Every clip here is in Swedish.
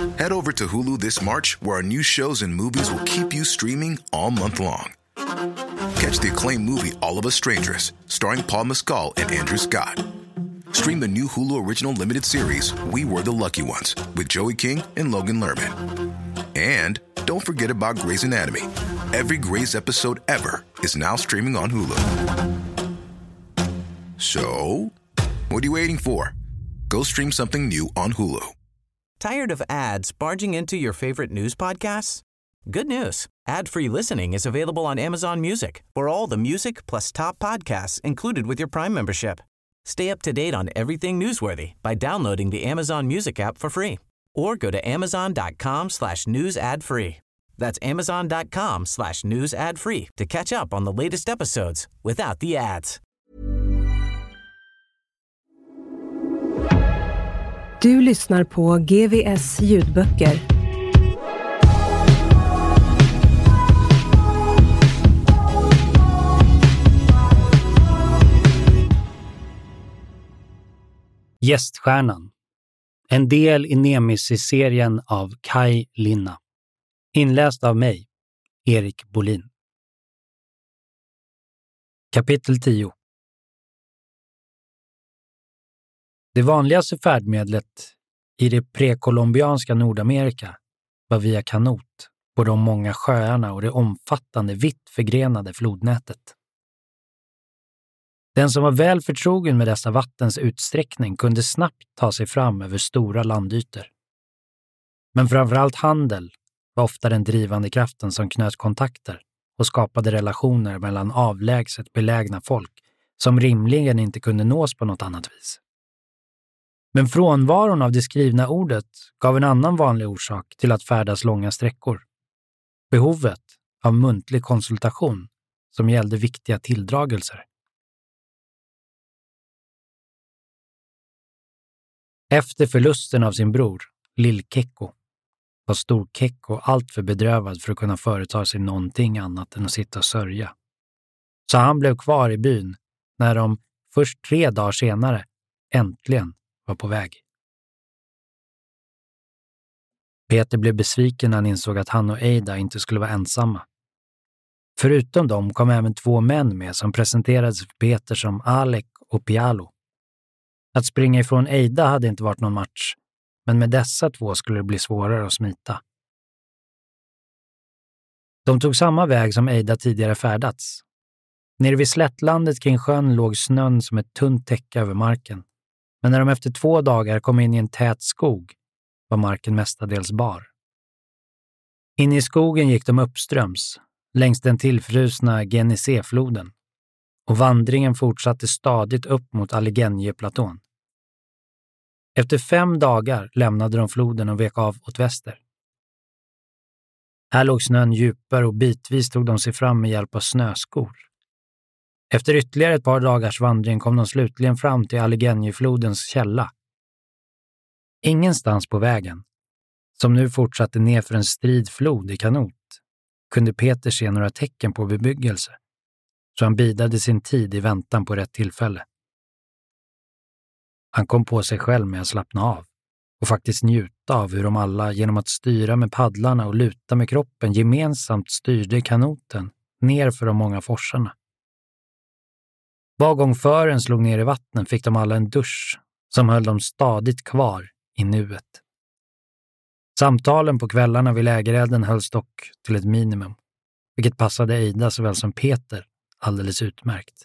Head over to Hulu this March, where our new shows and movies will keep you streaming all month long. Catch the acclaimed movie All of Us Strangers, starring Paul Mescal and Andrew Scott. Stream the new Hulu original limited series We Were the Lucky Ones with Joey King and Logan Lerman. And don't forget about Grey's Anatomy. Every Grey's episode ever is now streaming on Hulu. So, what are you waiting for? Go stream something new on Hulu. Tired of ads barging into your favorite news podcasts? Good news. Ad-free listening is available on Amazon Music for all the music plus top podcasts included with your Prime membership. Stay up to date on everything newsworthy by downloading the Amazon Music app for free or go to amazon.com/news ad free. That's amazon.com/news ad free to catch up on the latest episodes without the ads. Du lyssnar på GVS ljudböcker. Gäststjärnan. En del i Nemesis-serien av Kai Linna. Inläst av mig, Erik Bolin. Kapitel 10. Det vanligaste färdmedlet i det prekolumbianska Nordamerika var via kanot på de många sjöarna och det omfattande vitt förgrenade flodnätet. Den som var väl förtrogen med dessa vattens utsträckning kunde snabbt ta sig fram över stora landytor. Men framförallt handel var ofta den drivande kraften som knöt kontakter och skapade relationer mellan avlägset belägna folk som rimligen inte kunde nås på något annat vis. Men frånvaron av det skrivna ordet gav en annan vanlig orsak till att färdas långa sträckor. Behovet av muntlig konsultation som gällde viktiga tilldragelser. Efter förlusten av sin bror, Lill-Kekko, var Stor-Kekko allt för bedrövad för att kunna företa sig någonting annat än att sitta och sörja. Så han blev kvar i byn när de först 3 dagar senare äntligen var på väg. Peter blev besviken när han insåg att han och Eida inte skulle vara ensamma. Förutom dem kom även 2 män med som presenterades för Peter som Alec och Pialo. Att springa ifrån Eida hade inte varit någon match, men med dessa 2 skulle det bli svårare att smita. De tog samma väg som Eida tidigare färdats. Nere vid slättlandet kring sjön låg snön som ett tunt täcke över marken, men när de efter 2 dagar kom in i en tät skog var marken mestadels bar. In i skogen gick de uppströms, längs den tillfrusna Genesee-floden, och vandringen fortsatte stadigt upp mot Allegheny-platån. Efter 5 dagar lämnade de floden och vek av åt väster. Här låg snön djupare och bitvis tog de sig fram med hjälp av snöskor. Efter ytterligare ett par dagars vandring kom de slutligen fram till Allegheny-flodens källa. Ingenstans på vägen, som nu fortsatte ner för en strid flod i kanot, kunde Peter se några tecken på bebyggelse, så han bidade sin tid i väntan på rätt tillfälle. Han kom på sig själv med att slappna av och faktiskt njuta av hur de alla genom att styra med paddlarna och luta med kroppen gemensamt styrde kanoten ner för de många forsarna. Var gång fören slog ner i vattnen fick de alla en dusch som höll dem stadigt kvar i nuet. Samtalen på kvällarna vid lägerelden hölls dock till ett minimum, vilket passade Eida såväl som Peter alldeles utmärkt.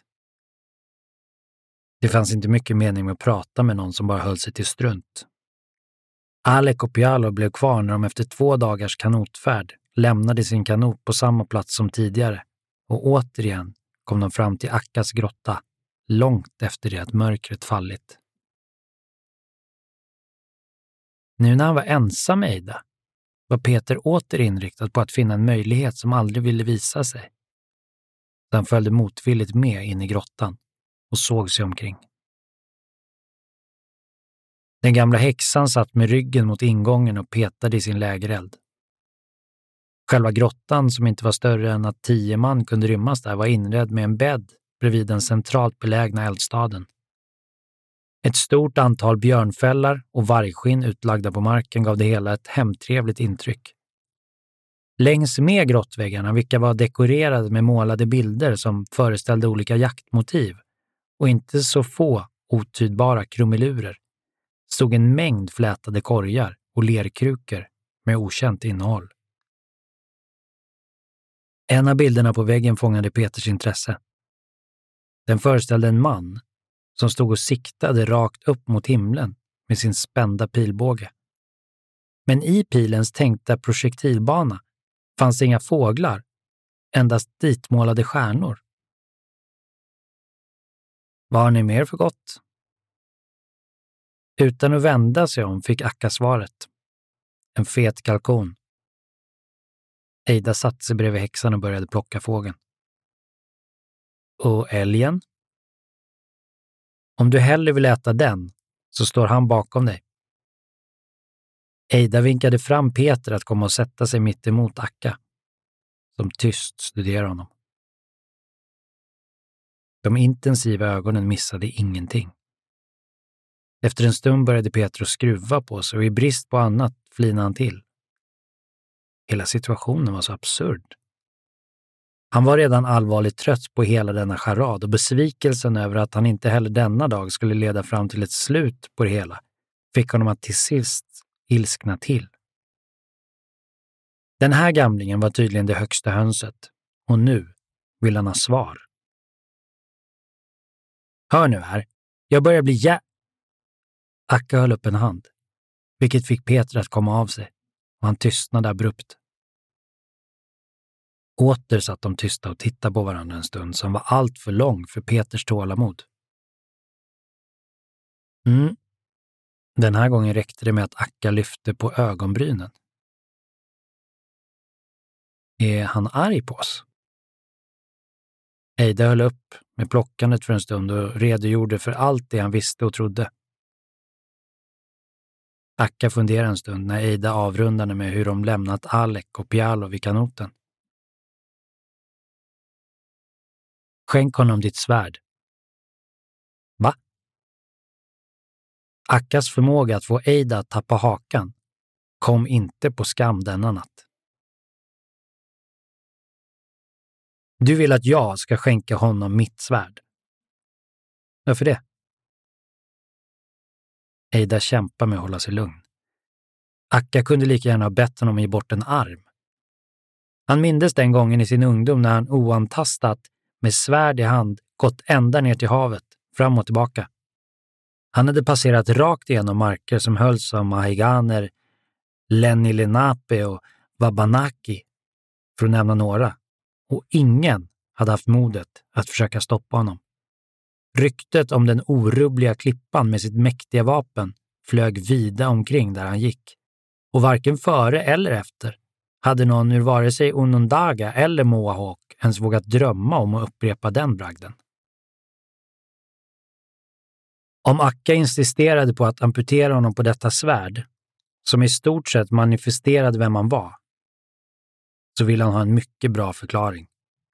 Det fanns inte mycket mening med att prata med någon som bara höll sig till strunt. Alec och Pialo blev kvar när de efter 2 dagars kanotfärd lämnade sin kanot på samma plats som tidigare, och återigen kom de fram till Akkas grotta långt efter det att mörkret fallit. Nu när han var ensam med Eida var Peter åter inriktad på att finna en möjlighet som aldrig ville visa sig. Så han följde motvilligt med in i grottan och såg sig omkring. Den gamla häxan satt med ryggen mot ingången och petade i sin lägereld. Själva grottan, som inte var större än att 10 man kunde rymmas där, var inredd med en bädd bredvid den centralt belägna eldstaden. Ett stort antal björnfällar och vargskinn utlagda på marken gav det hela ett hemtrevligt intryck. Längs med grottväggarna, vilka var dekorerade med målade bilder som föreställde olika jaktmotiv och inte så få otydbara krumelurer, stod en mängd flätade korgar och lerkrukor med okänt innehåll. En av bilderna på väggen fångade Peters intresse. Den föreställde en man som stod och siktade rakt upp mot himlen med sin spända pilbåge. Men i pilens tänkta projektilbana fanns inga fåglar, endast ditmålade stjärnor. Vad har ni mer för gott? Utan att vända sig om fick Akka svaret. En fet kalkon. Eida satte sig bredvid häxan och började plocka fågeln. Och älgen? Om du hellre vill äta den, så står han bakom dig. Eida vinkade fram Peter att komma och sätta sig mitt emot Akka, som tyst studerade honom. De intensiva ögonen missade ingenting. Efter en stund började Peter skruva på sig och i brist på annat flinade han till. Hela situationen var så absurd. Han var redan allvarligt trött på hela denna charad och besvikelsen över att han inte heller denna dag skulle leda fram till ett slut på det hela fick honom att till sist ilskna till. Den här gamlingen var tydligen det högsta hönset och nu vill han ha svar. Hör nu här, jag börjar bli Akka höll upp en hand, vilket fick Peter att komma av sig och han tystnade abrupt. Åter satt de tysta och tittade på varandra en stund som var allt för lång för Peters tålamod. Den här gången räckte det med att Akka lyfte på ögonbrynen. Är han arg på oss? Eida höll upp med plockandet för en stund och redogjorde för allt det han visste och trodde. Akka funderade en stund när Eida avrundade med hur de lämnat Alec och Pialo vid kanoten. Skänk honom ditt svärd. Va? Akkas förmåga att få Eida att tappa hakan kom inte på skam denna natt. Du vill att jag ska skänka honom mitt svärd. Varför det? Eida kämpade med att hålla sig lugn. Akka kunde lika gärna ha bett honom ge bort en arm. Han mindes den gången i sin ungdom när han oantastat med svärd i hand gått ända ner till havet, fram och tillbaka. Han hade passerat rakt igenom marker som hölls av mahiganer, Lenni Lenape och Wabanaki, för att nämna några, och ingen hade haft modet att försöka stoppa honom. Ryktet om den orubbliga klippan med sitt mäktiga vapen flög vida omkring där han gick, och varken före eller efter hade någon ur vare sig Onondaga eller Mohawk ens vågat drömma om att upprepa den bragden. Om Akka insisterade på att amputera honom på detta svärd, som i stort sett manifesterade vem han var, så ville han ha en mycket bra förklaring.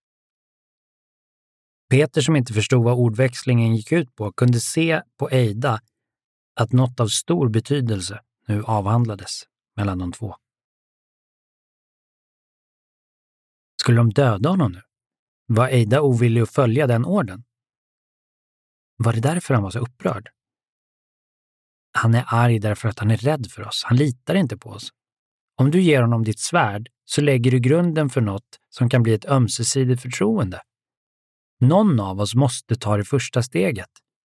Peter, som inte förstod vad ordväxlingen gick ut på, kunde se på Eida att något av stor betydelse nu avhandlades mellan de två. Skulle de döda honom nu? Var Eida ovillig att följa den orden? Var det därför han var så upprörd? Han är arg därför att han är rädd för oss. Han litar inte på oss. Om du ger honom ditt svärd så lägger du grunden för något som kan bli ett ömsesidigt förtroende. Någon av oss måste ta det första steget.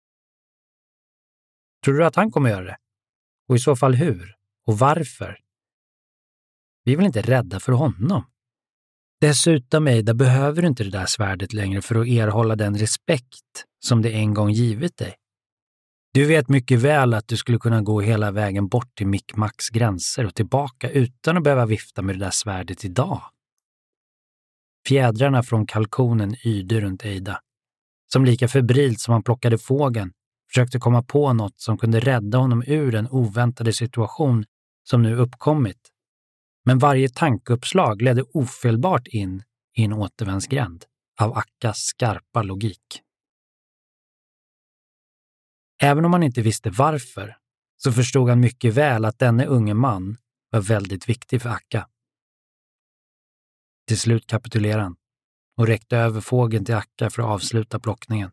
Tror du att han kommer göra det? Och i så fall hur? Och varför? Vi är väl inte rädda för honom? Dessutom, Eida, behöver du inte det där svärdet längre för att erhålla den respekt som det en gång givit dig. Du vet mycket väl att du skulle kunna gå hela vägen bort till Mickmacks gränser och tillbaka utan att behöva vifta med det där svärdet idag. Fjädrarna från kalkonen yrde runt Eida, som lika febrilt som han plockade fågeln försökte komma på något som kunde rädda honom ur den oväntade situation som nu uppkommit. Men varje tankeuppslag ledde ofelbart in i en återvändsgränd av Akkas skarpa logik. Även om han inte visste varför, så förstod han mycket väl att denne unge man var väldigt viktig för Akka. Till slut kapitulerade han och räckte över fågeln till Akka för att avsluta plockningen.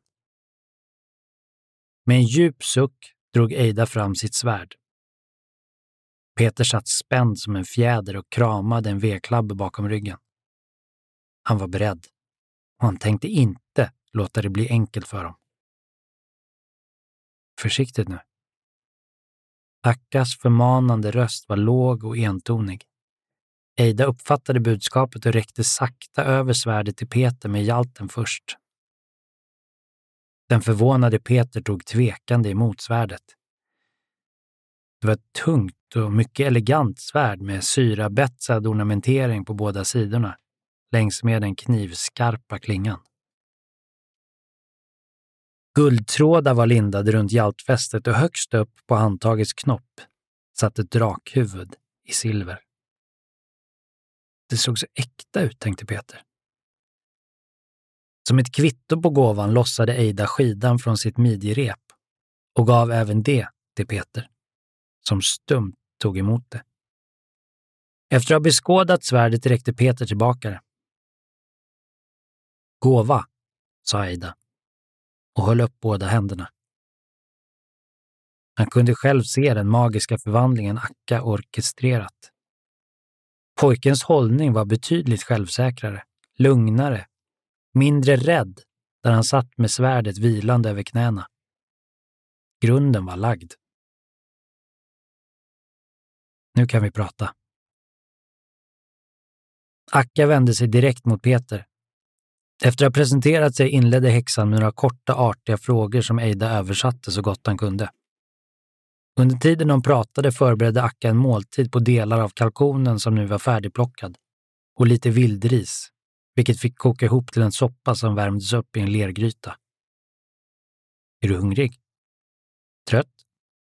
Med en djup suck drog Eida fram sitt svärd. Peter satt spänd som en fjäder och kramade en vedklabbe bakom ryggen. Han var beredd och han tänkte inte låta det bli enkelt för dem. Försiktigt nu. Akkas förmanande röst var låg och entonig. Eida uppfattade budskapet och räckte sakta över svärdet till Peter med hjälten först. Den förvånade Peter tog tvekande emot svärdet. Det var ett tungt och mycket elegant svärd med syrabetsad ornamentering på båda sidorna, längs med den knivskarpa klingan. Guldtrådar var lindade runt hjältfästet och högst upp på handtagets knopp satt ett drakhuvud i silver. Det såg så äkta ut, tänkte Peter. Som ett kvitto på gåvan lossade Eida skidan från sitt midjerep och gav även det till Peter, som stumt tog emot det. Efter att ha beskådat svärdet räckte Peter tillbaka det. Gåva, sa Eida och höll upp båda händerna. Han kunde själv se den magiska förvandlingen Akka orkestrerat. Pojkens hållning var betydligt självsäkrare, lugnare, mindre rädd där han satt med svärdet vilande över knäna. Grunden var lagd. Nu kan vi prata. Akka vände sig direkt mot Peter. Efter att ha presenterat sig inledde häxan med några korta artiga frågor som Eida översatte så gott han kunde. Under tiden de pratade förberedde Akka en måltid på delar av kalkonen som nu var färdigplockad och lite vildris, vilket fick koka ihop till en soppa som värmdes upp i en lergryta. Är du hungrig? Trött?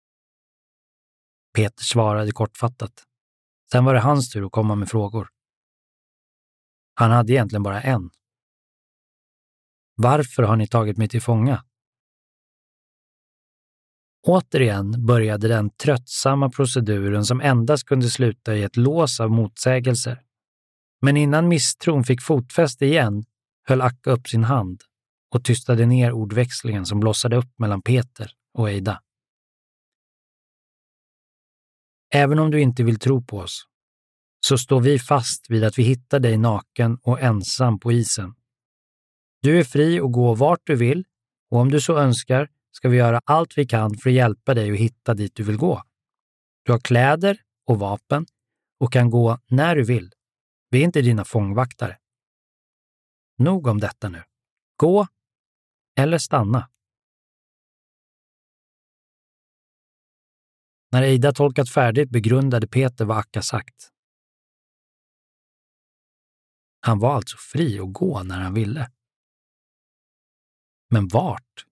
Peter svarade kortfattat. Sen var det hans tur att komma med frågor. Han hade egentligen bara en. Varför har ni tagit mig till fånga? Återigen började den tröttsamma proceduren som endast kunde sluta i ett lås av motsägelser. Men innan misstron fick fotfäste igen höll Akka upp sin hand och tystade ner ordväxlingen som blossade upp mellan Peter och Eida. Även om du inte vill tro på oss, så står vi fast vid att vi hittar dig naken och ensam på isen. Du är fri att gå vart du vill och om du så önskar ska vi göra allt vi kan för att hjälpa dig att hitta dit du vill gå. Du har kläder och vapen och kan gå när du vill. Vi är inte dina fångvaktare. Nog om detta nu. Gå eller stanna. När Eida tolkat färdigt begrundade Peter vad Akka sagt. Han var alltså fri att gå när han ville. Men vart?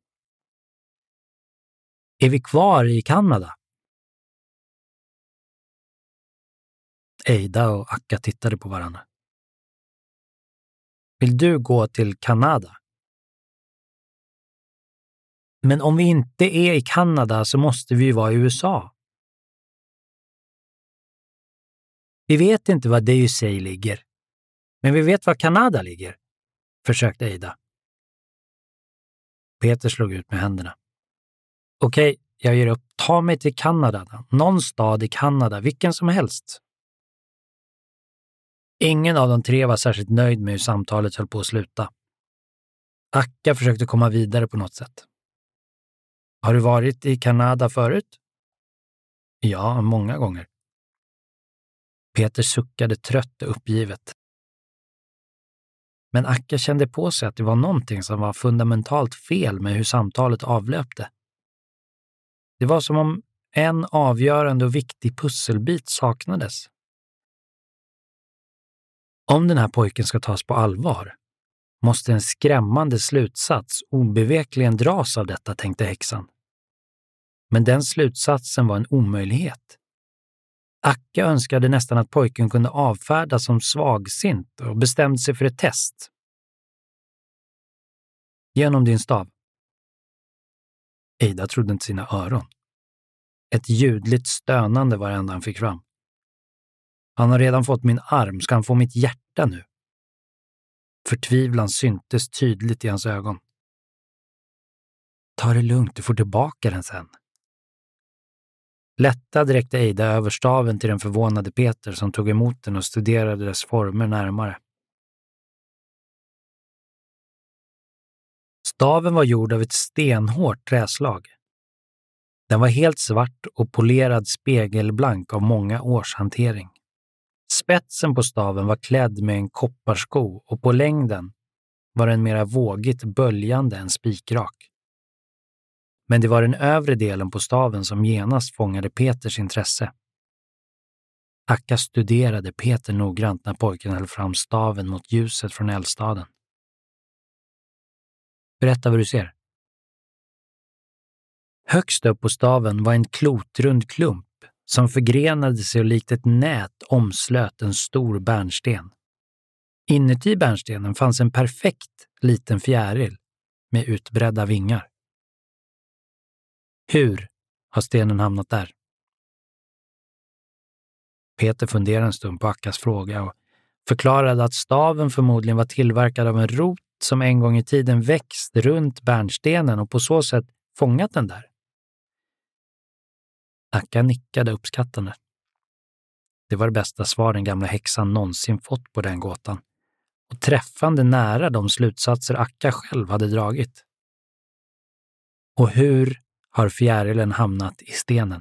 Är vi kvar i Kanada? Eida och Akka tittade på varandra. Vill du gå till Kanada? Men om vi inte är i Kanada så måste vi ju vara i USA. Vi vet inte var DUC ligger, men vi vet var Kanada ligger, försökte Eida. Peter slog ut med händerna. Okej, jag ger upp. Ta mig till Kanada. Någon stad i Kanada, vilken som helst. Ingen av de tre var särskilt nöjd med hur samtalet höll på att sluta. Akka försökte komma vidare på något sätt. Har du varit i Kanada förut? Ja, många gånger. Peter suckade trött och uppgivet. Men Akka kände på sig att det var någonting som var fundamentalt fel med hur samtalet avlöpte. Det var som om en avgörande och viktig pusselbit saknades. Om den här pojken ska tas på allvar måste en skrämmande slutsats obevekligen dras av detta, tänkte häxan. Men den slutsatsen var en omöjlighet. Akka önskade nästan att pojken kunde avfärdas som svagsint och bestämde sig för ett test. Genom din stav. Eida trodde inte sina öron. Ett ljudligt stönande var det enda han fick fram. Han har redan fått min arm, ska han få mitt hjärta nu? Förtvivlan syntes tydligt i hans ögon. Ta det lugnt, du får tillbaka den sen. Lättad räckte Eida över staven till den förvånade Peter som tog emot den och studerade dess former närmare. Staven var gjord av ett stenhårt träslag. Den var helt svart och polerad spegelblank av många års hantering. Spetsen på staven var klädd med en kopparsko och på längden var den mera vågigt böljande än spikrak. Men det var den övre delen på staven som genast fångade Peters intresse. Akka studerade Peter noggrant när pojken höll fram staven mot ljuset från eldstaden. Berätta vad du ser. Högst upp på staven var en klotrund klump som förgrenade sig och likt ett nät omslöt en stor bärnsten. Inuti bärnstenen fanns en perfekt liten fjäril med utbredda vingar. Hur har stenen hamnat där? Peter funderade en stund på Akkas fråga och förklarade att staven förmodligen var tillverkad av en rot som en gång i tiden växt runt bärnstenen och på så sätt fångat den där. Akka nickade uppskattande. Det var det bästa svar den gamla häxan någonsin fått på den gåtan och träffande nära de slutsatser Akka själv hade dragit. Och hur har fjärilen hamnat i stenen?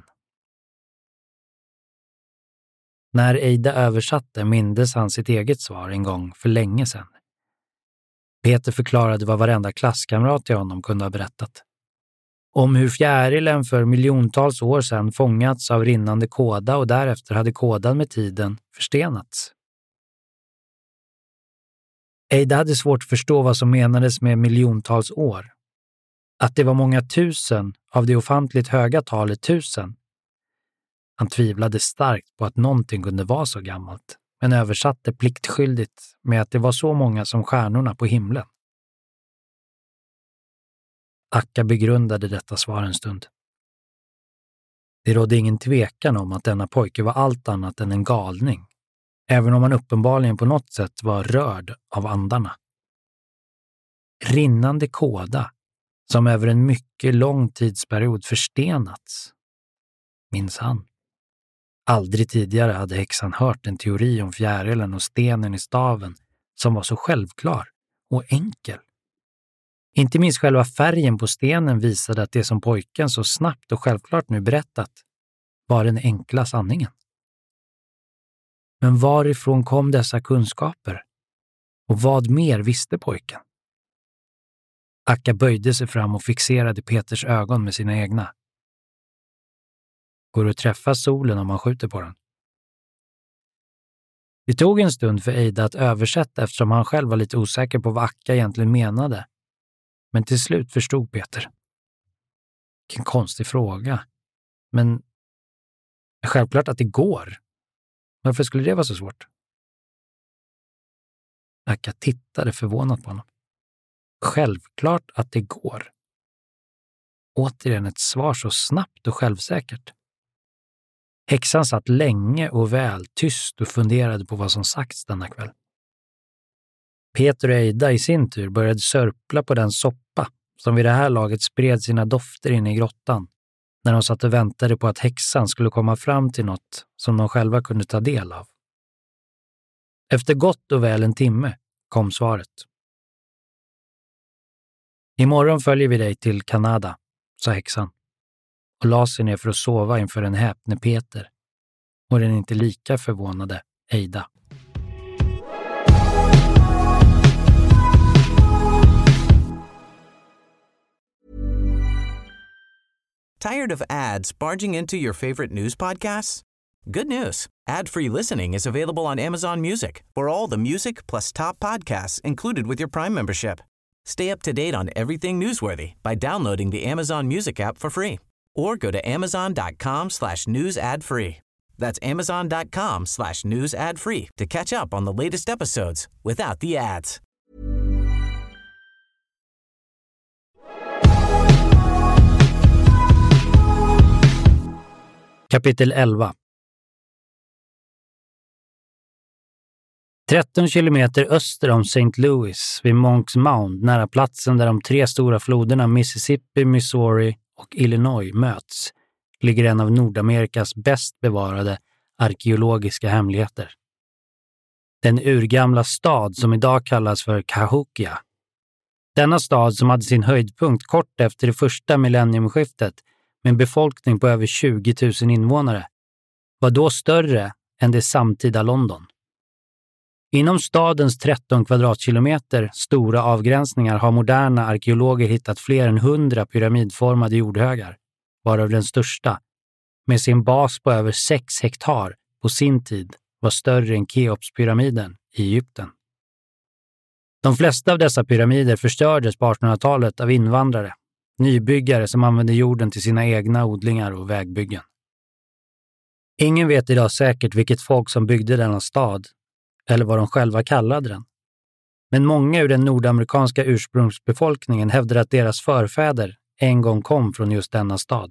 När Eida översatte mindes han sitt eget svar en gång för länge sedan. Peter förklarade vad varenda klasskamrat till honom kunde ha berättat. Om hur fjärilen för miljontals år sedan fångats av rinnande kåda och därefter hade kådan med tiden förstenats. Eida hade svårt att förstå vad som menades med miljontals år. Att det var många tusen av det ofantligt höga talet 1000. Han tvivlade starkt på att någonting kunde vara så gammalt, men översatte pliktskyldigt med att det var så många som stjärnorna på himlen. Akka begrundade detta svar en stund. Det rådde ingen tvekan om att denna pojke var allt annat än en galning, även om han uppenbarligen på något sätt var rörd av andarna. Rinnande kåda, som över en mycket lång tidsperiod förstenats. Minns han. Aldrig tidigare hade häxan hört en teori om fjärilen och stenen i staven som var så självklar och enkel. Inte minst själva färgen på stenen visade att det som pojken så snabbt och självklart nu berättat var den enkla sanningen. Men varifrån kom dessa kunskaper? Och vad mer visste pojken? Akka böjde sig fram och fixerade Peters ögon med sina egna. Går det att träffa solen om man skjuter på den? Det tog en stund för Eida att översätta eftersom han själv var lite osäker på vad Akka egentligen menade. Men till slut förstod Peter. Vilken konstig fråga. Men självklart att det går. Varför skulle det vara så svårt? Akka tittade förvånat på honom. Självklart att det går. Återigen ett svar så snabbt och självsäkert. Häxan satt länge och väl tyst och funderade på vad som sagts denna kväll. Peter och Eida i sin tur började sörpla på den soppa som vid det här laget spred sina dofter inne i grottan när de satt och väntade på att häxan skulle komma fram till något som de själva kunde ta del av. Efter gott och väl en timme kom svaret. Imorgon följer vi dig till Kanada, sa häxan och la sig ner för att sova inför en häpne Peter och den inte lika förvånade Eida. Tired of ads barging into your favorite news podcasts? Good news. Ad-free listening is available on Amazon Music for all the music plus top podcasts included with your Prime membership. Stay up to date on everything newsworthy by downloading the Amazon Music app for free or go to amazon.com/news ad free. That's amazon.com/news ad free to catch up on the latest episodes without the ads. Kapitel 11. 13 kilometer öster om St. Louis vid Monks Mound, nära platsen där de 3 stora floderna Mississippi, Missouri och Illinois möts, ligger en av Nordamerikas bäst bevarade arkeologiska hemligheter. Den urgamla stad som idag kallas för Cahokia. Denna stad, som hade sin höjdpunkt kort efter det första millenniumskiftet med en befolkning på över 20 000 invånare, var då större än det samtida London. Inom stadens 13 kvadratkilometer stora avgränsningar har moderna arkeologer hittat fler än 100 pyramidformade jordhögar, varav den största, med sin bas på över 6 hektar på sin tid, var större än Keopspyramiden i Egypten. De flesta av dessa pyramider förstördes på 1800-talet av invandrare, nybyggare som använde jorden till sina egna odlingar och vägbyggen. Ingen vet idag säkert vilket folk som byggde denna stad, eller vad de själva kallade den. Men många ur den nordamerikanska ursprungsbefolkningen hävdar att deras förfäder en gång kom från just denna stad.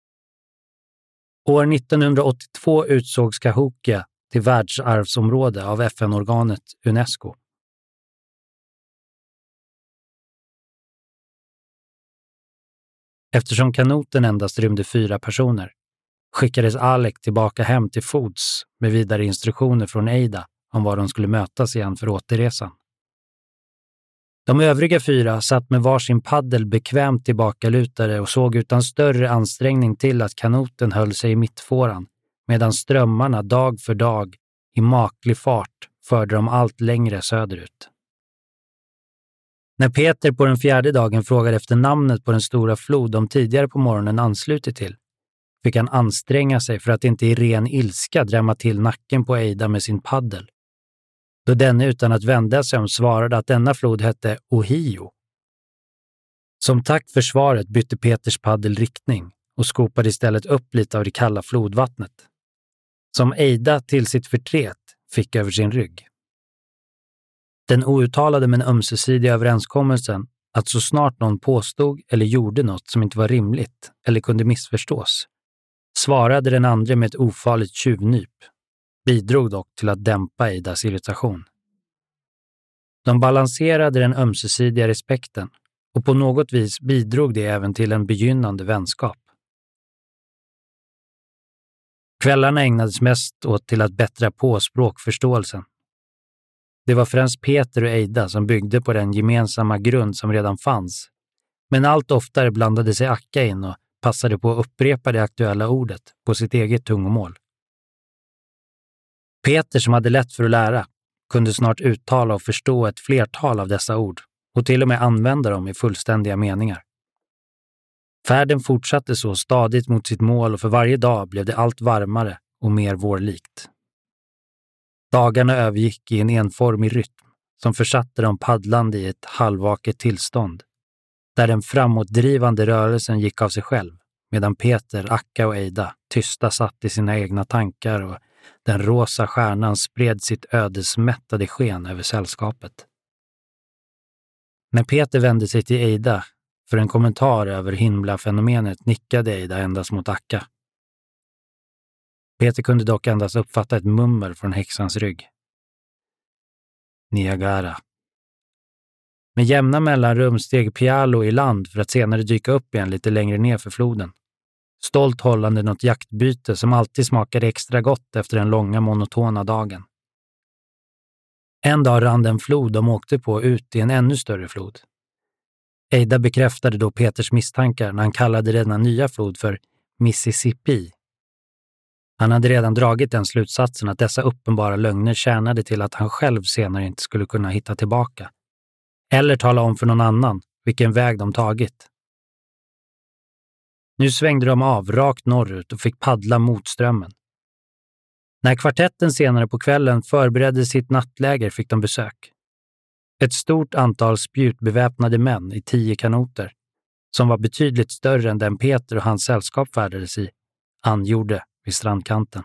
År 1982 utsågs Cahokia till världsarvsområde av FN-organet UNESCO. Eftersom kanoten endast rymde 4 personer skickades Alec tillbaka hem till fots med vidare instruktioner från Ada om var de skulle mötas igen för återresan. De övriga 4 satt med varsin paddel bekvämt tillbakalutade och såg utan större ansträngning till att kanoten höll sig i mittfåran, medan strömmarna dag för dag i maklig fart förde dem allt längre söderut. När Peter på den 4:e dagen frågade efter namnet på den stora flod de tidigare på morgonen anslutit till, fick han anstränga sig för att inte i ren ilska drämma till nacken på Ada med sin paddel, då denne utan att vända sig om svarade att denna flod hette Ohio. Som tack för svaret bytte Peters paddel riktning och skopade istället upp lite av det kalla flodvattnet, som Ada till sitt förtret fick över sin rygg. Den outtalade men ömsesidiga överenskommelsen att så snart någon påstod eller gjorde något som inte var rimligt eller kunde missförstås, svarade den andra med ett ofarligt tjuvnyp, bidrog dock till att dämpa Adas irritation. De balanserade den ömsesidiga respekten och på något vis bidrog det även till en begynnande vänskap. Kvällarna ägnades mest åt till att bättra på språkförståelsen. Det var främst Peter och Ada som byggde på den gemensamma grund som redan fanns, men allt oftare blandade sig Akka in och passade på att upprepa det aktuella ordet på sitt eget tungomål. Peter, som hade lätt för att lära, kunde snart uttala och förstå ett flertal av dessa ord och till och med använda dem i fullständiga meningar. Färden fortsatte så stadigt mot sitt mål och för varje dag blev det allt varmare och mer vårlikt. Dagarna övergick i en enformig rytm som försatte dem paddlande i ett halvvaket tillstånd, där den framåtdrivande rörelsen gick av sig själv, medan Peter, Akka och Ada tysta satt i sina egna tankar och den rosa stjärnan spred sitt ödesmättade sken över sällskapet. När Peter vände sig till Ada för en kommentar över himlafenomenet nickade Ada endast mot Akka. Peter kunde dock endast uppfatta ett mummel från häxans rygg. Niagara. Med jämna mellanrum steg Pialo i land för att senare dyka upp igen lite längre ner för floden. Stolt hållande något jaktbyte som alltid smakade extra gott efter den långa monotona dagen. En dag rann den flod de åkte på ut i en ännu större flod. Ada bekräftade då Peters misstankar när han kallade denna nya flod för Mississippi. Han hade redan dragit den slutsatsen att dessa uppenbara lögner tjänade till att han själv senare inte skulle kunna hitta tillbaka, eller tala om för någon annan vilken väg de tagit. Nu svängde de av rakt norrut och fick paddla mot strömmen. När kvartetten senare på kvällen förberedde sitt nattläger fick de besök. Ett stort antal spjutbeväpnade män i 10 kanoter, som var betydligt större än den Peter och hans sällskap färdades i, angjorde vid strandkanten.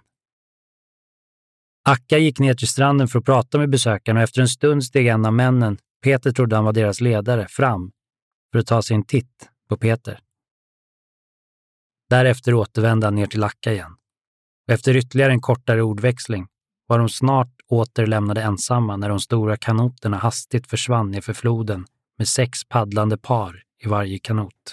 Akka gick ner till stranden för att prata med besökarna och efter en stund steg en av männen, Peter trodde han var deras ledare, fram för att ta sig en titt på Peter. Därefter återvände han ner till Akka igen Efter ytterligare en kortare ordväxling var de snart åter lämnade ensamma när de stora kanoterna hastigt försvann nerför floden med 6 paddlande par i varje kanot.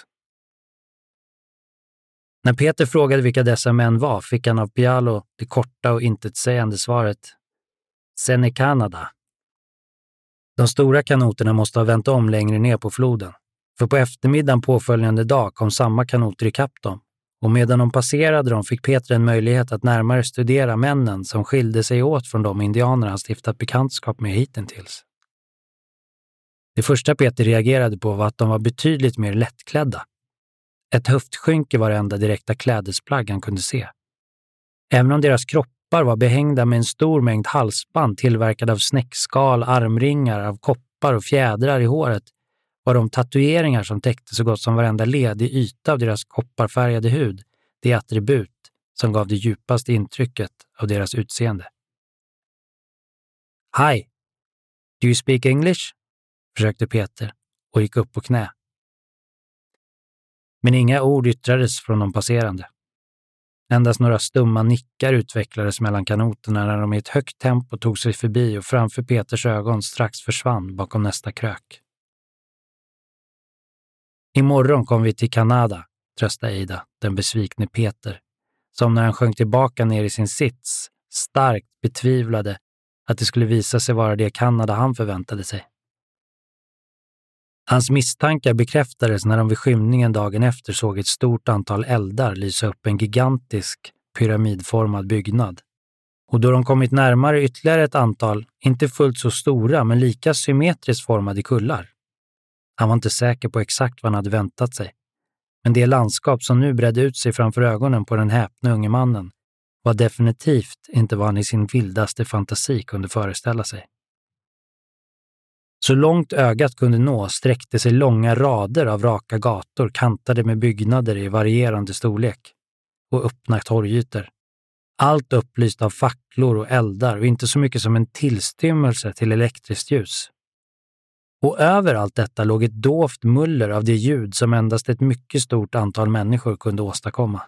När Peter frågade vilka dessa män var fick han av Pialo det korta och intetsägande svaret "Sen Canada". De stora kanoterna måste ha vänt om längre ner på floden, för på eftermiddagen påföljande dag kom samma kanoter ikapp dem, och medan de passerade dem fick Peter en möjlighet att närmare studera männen som skilde sig åt från de indianer han stiftat bekantskap med hittills. Det första Peter reagerade på var att de var betydligt mer lättklädda. Ett höftskynke var det enda direkta klädesplagg han kunde se. Även om deras kroppar var behängda med en stor mängd halsband tillverkade av snäckskal, armringar, av koppar och fjädrar i håret, var de tatueringar som täckte så gott som varenda ledig yta av deras kopparfärgade hud det attribut som gav det djupaste intrycket av deras utseende. "Hi, do you speak English?" försökte Peter och gick upp på knä. Men inga ord yttrades från de passerande. Endast några stumma nickar utvecklades mellan kanoterna när de i ett högt tempo tog sig förbi och framför Peters ögon strax försvann bakom nästa krök. "Imorgon kom vi till Kanada", tröstade Eida, den besvikne Peter, som när han sjönk tillbaka ner i sin sits starkt betvivlade att det skulle visa sig vara det Kanada han förväntade sig. Hans misstankar bekräftades när de vid skymningen dagen efter såg ett stort antal eldar lysa upp en gigantisk pyramidformad byggnad. Och då de kommit närmare ytterligare ett antal, inte fullt så stora men lika symmetriskt formade kullar. Han var inte säker på exakt vad han hade väntat sig, men det landskap som nu bredde ut sig framför ögonen på den häpne unge mannen var definitivt inte vad han i sin vildaste fantasi kunde föreställa sig. Så långt ögat kunde nå sträckte sig långa rader av raka gator kantade med byggnader i varierande storlek och öppna torgytor. Allt upplyst av facklor och eldar och inte så mycket som en tillstymmelse till elektriskt ljus. Och över allt detta låg ett dovt muller av det ljud som endast ett mycket stort antal människor kunde åstadkomma.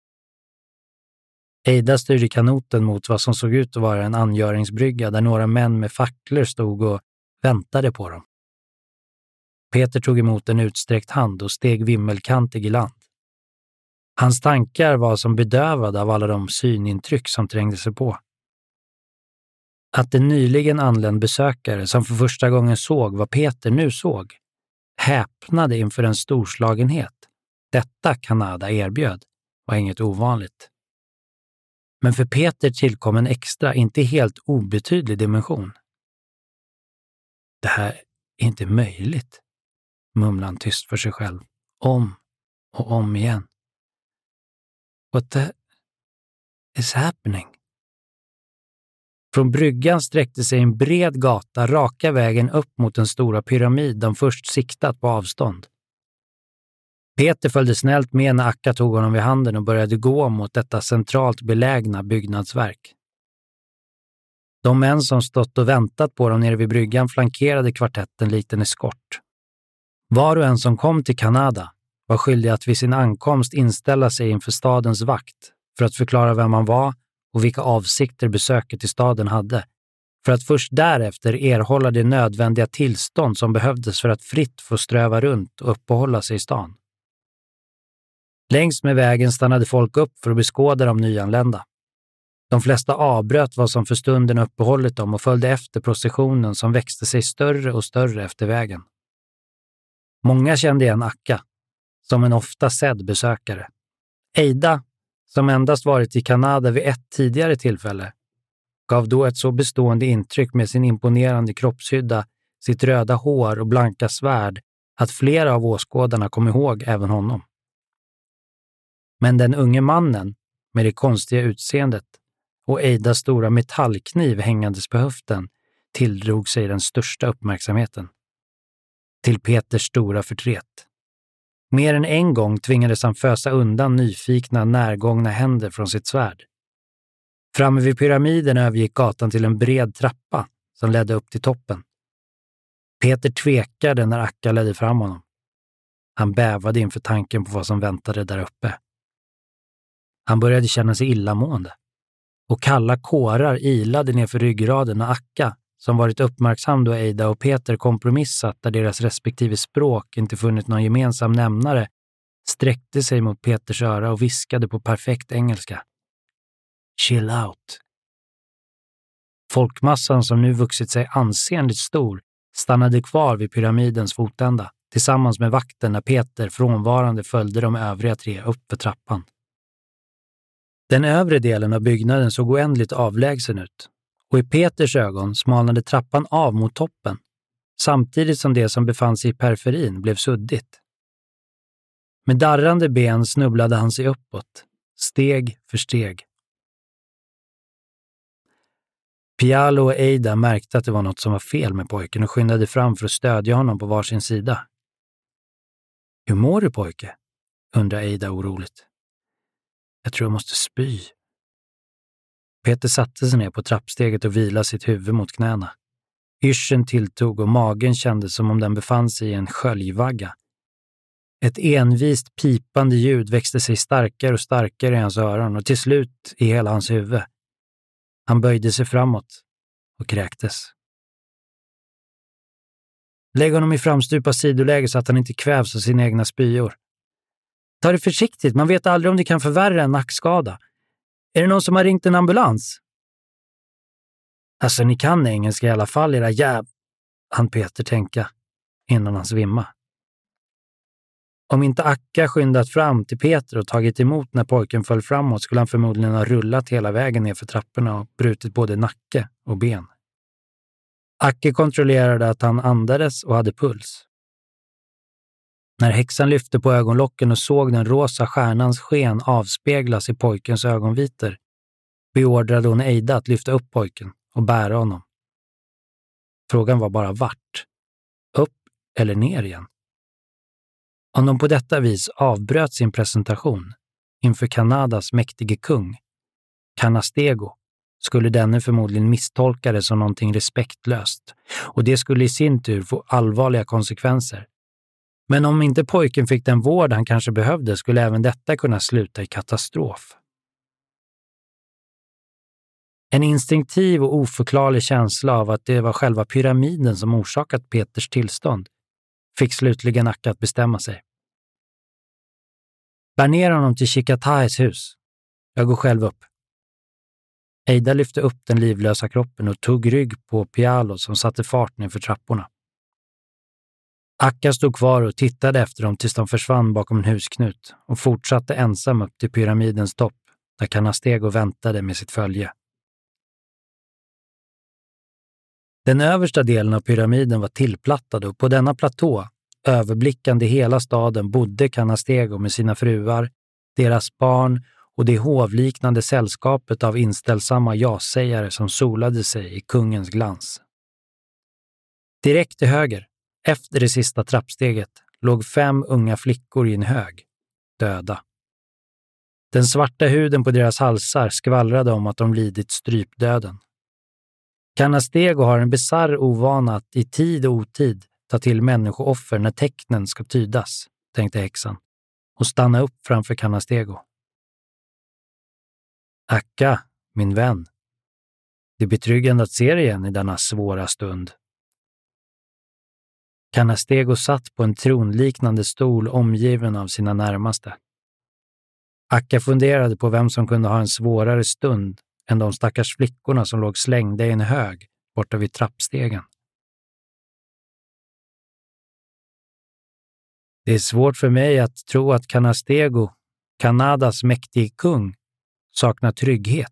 Eida styrde kanoten mot vad som såg ut att vara en angöringsbrygga där några män med facklor stod och väntade på dem. Peter tog emot en utsträckt hand och steg vimmelkantig i land. Hans tankar var som bedövade av alla de synintryck som trängde sig på. Att en nyligen anländ besökare som för första gången såg vad Peter nu såg häpnade inför en storslagenhet detta Kanada erbjöd var inget ovanligt. Men för Peter tillkom en extra, inte helt obetydlig dimension. "Det här är inte möjligt", mumlade han tyst för sig själv, om och om igen. "What the is happening?" Från bryggan sträckte sig en bred gata raka vägen upp mot den stora pyramid de först siktat på avstånd. Peter följde snällt med när Akka tog honom vid handen och började gå mot detta centralt belägna byggnadsverk. De män som stått och väntat på dem nere vid bryggan flankerade kvartetten likt en eskort. Var och en som kom till Kanada var skyldig att vid sin ankomst inställa sig inför stadens vakt för att förklara vem man var och vilka avsikter besöket i staden hade, för att först därefter erhålla det nödvändiga tillstånd som behövdes för att fritt få ströva runt och uppehålla sig i stan. Längs med vägen stannade folk upp för att beskåda de nyanlända. De flesta avbröt vad som för stunden uppehållit dem och följde efter processionen som växte sig större och större efter vägen. Många kände igen Akka, som en ofta sedd besökare. Eida, som endast varit i Kanada vid ett tidigare tillfälle, gav då ett så bestående intryck med sin imponerande kroppshydda, sitt röda hår och blanka svärd att flera av åskådarna kom ihåg även honom. Men den unge mannen, med det konstiga utseendet och Eidas stora metallkniv hängandes på höften, tilldrog sig den största uppmärksamheten. Till Peters stora förtret. Mer än en gång tvingades han fösa undan nyfikna, närgångna händer från sitt svärd. Framme vid pyramiden övergick gatan till en bred trappa som ledde upp till toppen. Peter tvekade när Akka ledde fram honom. Han bävade inför tanken på vad som väntade där uppe. Han började känna sig illamående. och kalla kårar ilade nerför ryggraden när Akka, som varit uppmärksam då Eida och Peter kompromissat där deras respektive språk inte funnit någon gemensam nämnare, sträckte sig mot Peters öra och viskade på perfekt engelska. Chill out. Folkmassan som nu vuxit sig ansenligt stor stannade kvar vid pyramidens fotända tillsammans med vakten när Peter frånvarande följde de övriga 3 upp för trappan. Den övre delen av byggnaden såg oändligt avlägsen ut och i Peters ögon smalnade trappan av mot toppen samtidigt som det som befann sig i periferin blev suddigt. Med darrande ben snubblade han sig uppåt, steg för steg. Pialo och Eida märkte att det var något som var fel med pojken och skyndade fram för att stödja honom på varsin sida. Hur mår du, pojke? Undrar Eida oroligt. Jag tror jag måste spy. Peter satte sig ner på trappsteget och vilade sitt huvud mot knäna. Yrseln tilltog och magen kändes som om den befann sig i en sköljvagga. Ett envist pipande ljud växte sig starkare och starkare i hans öron och till slut i hela hans huvud. Han böjde sig framåt och kräktes. Lägg honom i framstupa sidoläge så att han inte kvävs av sina egna spyor. Ta det försiktigt, man vet aldrig om det kan förvärra en nackskada. Är det någon som har ringt en ambulans? Alltså, ni kan engelska i alla fall, era han Peter tänka innan han svimma. Om inte Akka skyndat fram till Peter och tagit emot när pojken föll framåt skulle han förmodligen ha rullat hela vägen ner för trapporna och brutit både nacke och ben. Akka kontrollerade att han andades och hade puls. När häxan lyfte på ögonlocken och såg den rosa stjärnans sken avspeglas i pojkens ögonvitor beordrade hon Eida att lyfta upp pojken och bära honom. Frågan var bara vart? Upp eller ner igen? Om de på detta vis avbröt sin presentation inför Kanadas mäktige kung, Canastego, skulle denne förmodligen misstolka det som någonting respektlöst och det skulle i sin tur få allvarliga konsekvenser. Men om inte pojken fick den vård han kanske behövde skulle även detta kunna sluta i katastrof. En instinktiv och oförklarlig känsla av att det var själva pyramiden som orsakat Peters tillstånd fick slutligen Akka att bestämma sig. Bär ner honom till Chikatayes hus. Jag går själv upp. Eida lyfte upp den livlösa kroppen och tog rygg på Pialo som satte fart ner för trapporna. Akka stod kvar och tittade efter dem tills de försvann bakom en husknut och fortsatte ensam upp till pyramidens topp där Canastego väntade med sitt följe. Den översta delen av pyramiden var tillplattad och på denna platå, överblickande hela staden, bodde Canastego med sina fruar, deras barn och det hovliknande sällskapet av inställsamma ja-sägare som solade sig i kungens glans. Direkt till höger, efter det sista trappsteget, låg 5 unga flickor i en hög, döda. Den svarta huden på deras halsar skvallrade om att de lidit strypdöden. Canastego har en bizarr ovana att i tid och otid ta till människooffer när tecknen ska tydas, tänkte häxan, och stanna upp framför Canastego. Akka, min vän. Det är betryggande att se dig igen i denna svåra stund. Canastego satt på en tronliknande stol omgiven av sina närmaste. Akka funderade på vem som kunde ha en svårare stund än de stackars flickorna som låg slängda i en hög borta vid trappstegen. Det är svårt för mig att tro att Canastego, Kanadas mäktige kung, saknar trygghet.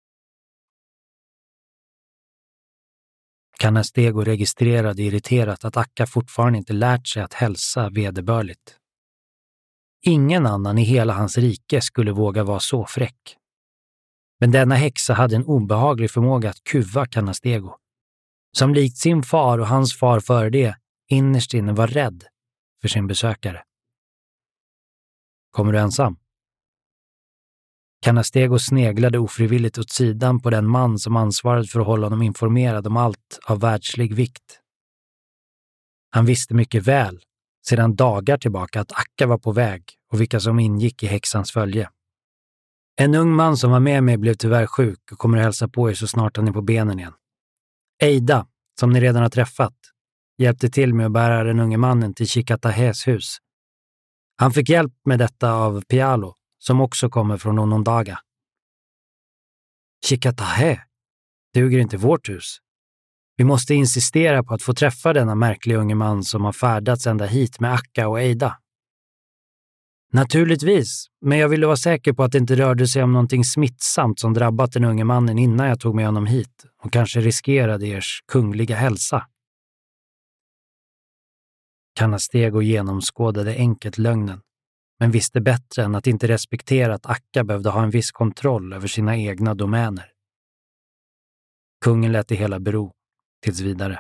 Canastego registrerade irriterat att Akka fortfarande inte lärt sig att hälsa vederbörligt. Ingen annan i hela hans rike skulle våga vara så fräck. Men denna häxa hade en obehaglig förmåga att kuva Canastego, som likt sin far och hans far före det innerst inne var rädd för sin besökare. Kommer du ensam? Canastego sneglade ofrivilligt åt sidan på den man som ansvarade för att hålla honom informerad om allt av världslig vikt. Han visste mycket väl, sedan dagar tillbaka, att Akka var på väg och vilka som ingick i häxans följe. En ung man som var med mig blev tyvärr sjuk och kommer att hälsa på er så snart han är på benen igen. Eida, som ni redan har träffat, hjälpte till med att bära den unge mannen till Chikatahes hus. Han fick hjälp med detta av Pialo, som också kommer från Onondaga. Chikatahe, duger inte vårt hus. Vi måste insistera på att få träffa denna märkliga unge man som har färdats ända hit med Akka och Eida. Naturligtvis, men jag ville vara säker på att det inte rörde sig om någonting smittsamt som drabbat den unge mannen innan jag tog med honom hit och kanske riskerade ers kungliga hälsa. Canastego genomskådade enkelt lögnen, men visste bättre än att inte respektera att Akka behövde ha en viss kontroll över sina egna domäner. Kungen lät det hela bero, tills vidare.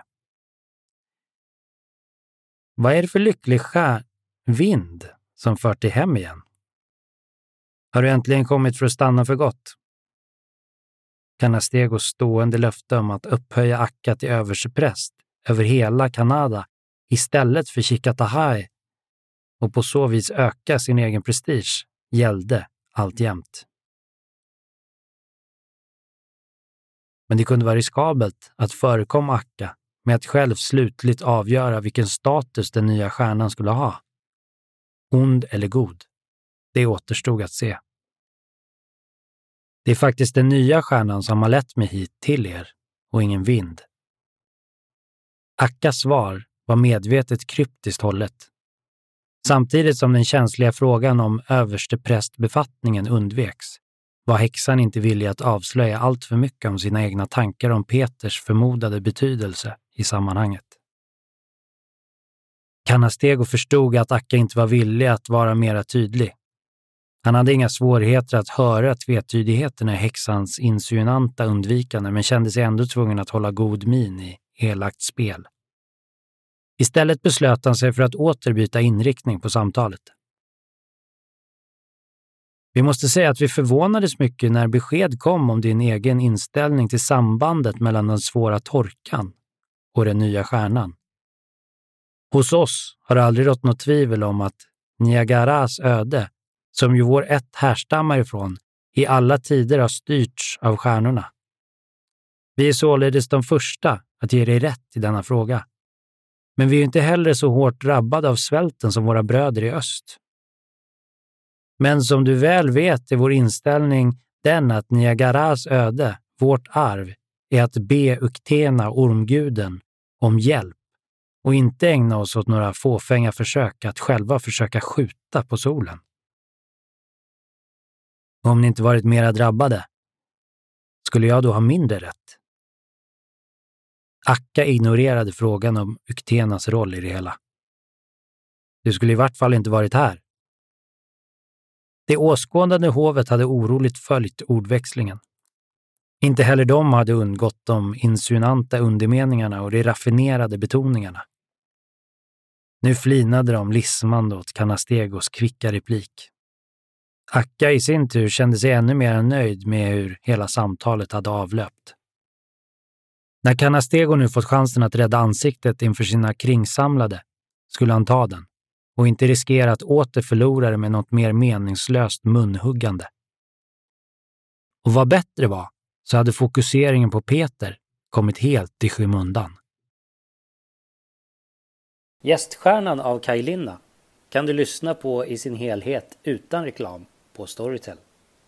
Vad är det för lycklig vind som fört dig hem igen? Har du äntligen kommit för att stanna för gott? Canastegos stående löfte om att upphöja Akka till översepräst över hela Kanada istället för Chikatahe och på så vis öka sin egen prestige gällde alltjämt. Men det kunde vara riskabelt att förekomma Akka med att själv slutligt avgöra vilken status den nya stjärnan skulle ha. Ond eller god, det återstod att se. Det är faktiskt den nya stjärnan som har lett mig hit till er och ingen vind. Akkas svar var medvetet kryptiskt hållet. Samtidigt som den känsliga frågan om översteprästbefattningen undveks, var häxan inte villig att avslöja allt för mycket om sina egna tankar om Peters förmodade betydelse i sammanhanget. Canastego förstod att Akka inte var villig att vara mera tydlig. Han hade inga svårigheter att höra tvetydigheterna i häxans insinuanta undvikande, men kände sig ändå tvungen att hålla god min i elakt spel. Istället beslöt han sig för att återbyta inriktning på samtalet. Vi måste säga att vi förvånades mycket när besked kom om din egen inställning till sambandet mellan den svåra torkan och den nya stjärnan. Hos oss har det aldrig rått något tvivel om att Niagaras öde, som ju vår ett härstammar ifrån, i alla tider har styrts av stjärnorna. Vi är således de första att ge dig rätt i denna fråga. Men vi är inte heller så hårt drabbade av svälten som våra bröder i öst. Men som du väl vet är vår inställning den att Niagaras öde, vårt arv, är att be Uktena, ormguden, om hjälp och inte ägna oss åt några fåfänga försök att själva försöka skjuta på solen. Om ni inte varit mera drabbade, skulle jag då ha mindre rätt? Akka ignorerade frågan om Uktenas roll i det hela. Du skulle i vart fall inte varit här. Det åskådande hovet hade oroligt följt ordväxlingen. Inte heller de hade undgått de insinuanta undermeningarna och de raffinerade betoningarna. Nu flinade de lismande åt Canastegos kvicka replik. Akka i sin tur kände sig ännu mer nöjd med hur hela samtalet hade avlöpt. När Canastego nu fått chansen att rädda ansiktet inför sina kringsamlade skulle han ta den och inte riskera att åter förlora det med något mer meningslöst munhuggande. Och vad bättre var, så hade fokuseringen på Peter kommit helt i skymundan. Gäststjärnan av Kajlinna kan du lyssna på i sin helhet utan reklam på Storytel.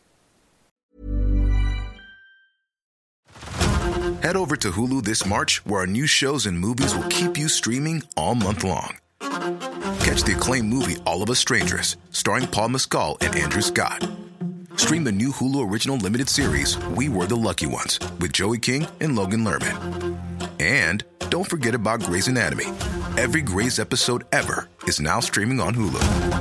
Head over to Hulu this March, where our new shows and movies will keep you streaming all month long. Catch the acclaimed movie All of Us Strangers, starring Paul Mescal and Andrew Scott. Stream the new Hulu original limited series We Were the Lucky Ones with Joey King and Logan Lerman. And don't forget about Grey's Anatomy. Every Grey's episode ever is now streaming on Hulu.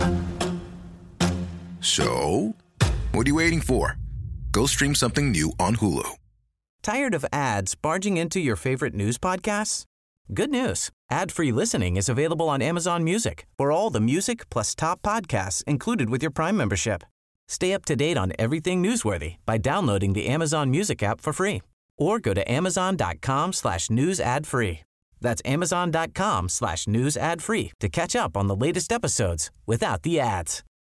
So, what are you waiting for? Go stream something new on Hulu. Tired of ads barging into your favorite news podcasts? Good news. Ad-free listening is available on Amazon Music for all the music plus top podcasts included with your Prime membership. Stay up to date on everything newsworthy by downloading the Amazon Music app for free or go to amazon.com/news ad free. That's amazon.com/news ad free to catch up on the latest episodes without the ads.